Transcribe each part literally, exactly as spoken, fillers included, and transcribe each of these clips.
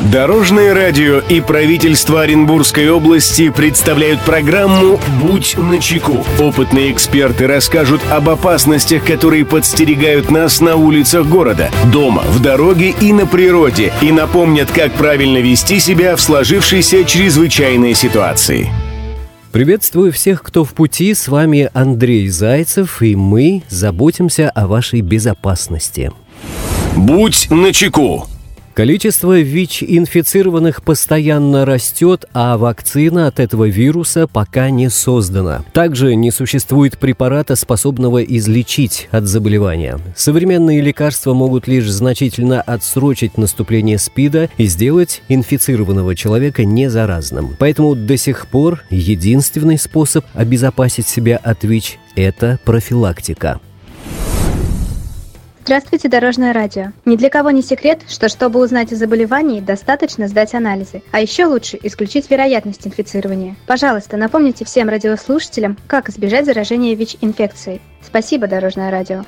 Дорожное радио и правительство Оренбургской области представляют программу «Будь начеку». Опытные эксперты расскажут об опасностях, которые подстерегают нас на улицах города, дома, в дороге и на природе, и напомнят, как правильно вести себя в сложившейся чрезвычайной ситуации. Приветствую всех, кто в пути. С вами Андрей Зайцев, и мы заботимся о вашей безопасности. Будь начеку. Количество ВИЧ-инфицированных постоянно растет, а вакцина от этого вируса пока не создана. Также не существует препарата, способного излечить от заболевания. Современные лекарства могут лишь значительно отсрочить наступление СПИДа и сделать инфицированного человека незаразным. Поэтому до сих пор единственный способ обезопасить себя от ВИЧ – это профилактика. Здравствуйте, Дорожное радио. Ни для кого не секрет, что чтобы узнать о заболевании, достаточно сдать анализы. А еще лучше исключить вероятность инфицирования. Пожалуйста, напомните всем радиослушателям, как избежать заражения ВИЧ-инфекцией. Спасибо, Дорожное радио.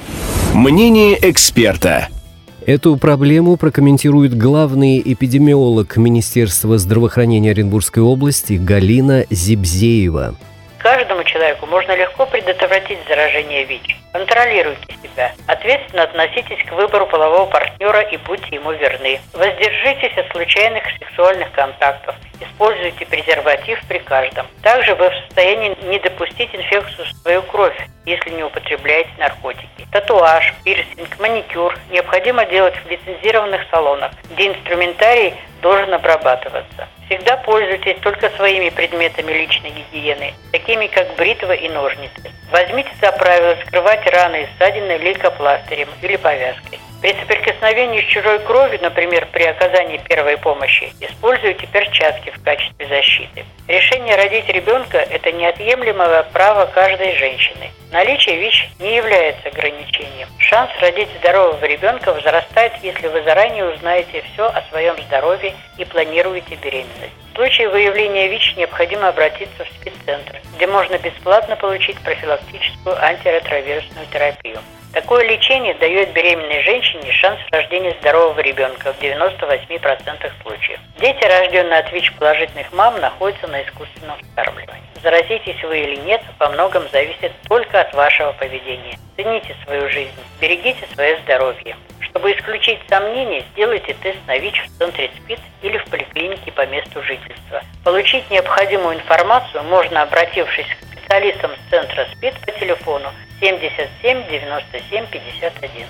Мнение эксперта. Эту проблему прокомментирует главный эпидемиолог Министерства здравоохранения Оренбургской области Галина Зибзеева. Каждому человеку можно легко предотвратить заражение ВИЧ. Контролируйте себя. Ответственно относитесь к выбору полового партнера и будьте ему верны. Воздержитесь от случайных сексуальных контактов. Используйте презерватив при каждом. Также вы в состоянии не допустить инфекцию в свою кровь, если не употребляете наркотики. Татуаж, пирсинг, маникюр необходимо делать в лицензированных салонах, где инструментарий должен обрабатываться. Всегда пользуйтесь только своими предметами личной гигиены, такими как бритва и ножницы. Возьмите за правило скрывать раны и ссадины лейкопластырем или повязкой. При соприкосновении с чужой кровью, например, при оказании первой помощи, используйте перчатки в качестве защиты. Решение родить ребенка – это неотъемлемое право каждой женщины. Наличие ВИЧ не является ограничением. Шанс родить здорового ребенка возрастает, если вы заранее узнаете все о своем здоровье и планируете беременность. В случае выявления ВИЧ необходимо обратиться в СПИД-центр, где можно бесплатно получить профилактическую антиретровирусную терапию. Такое лечение дает беременной женщине шанс рождения здорового ребенка в девяноста восьми процентах случаев. Дети, рожденные от ВИЧ-положительных мам, находятся на искусственном вскармливании. Заразитесь вы или нет, во многом зависит только от вашего поведения. Цените свою жизнь, берегите свое здоровье. Чтобы исключить сомнения, сделайте тест на ВИЧ в центре СПИД или в поликлинике по месту жительства. Получить необходимую информацию можно, обратившись к специалистам с центра СПИД по телефону семьдесят семь девяносто семь пятьдесят один.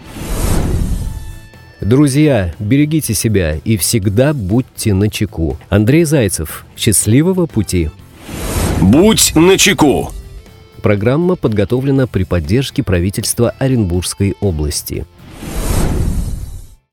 Друзья, берегите себя и всегда будьте начеку. Андрей Зайцев. Счастливого пути. Будь начеку. Программа подготовлена при поддержке правительства Оренбургской области.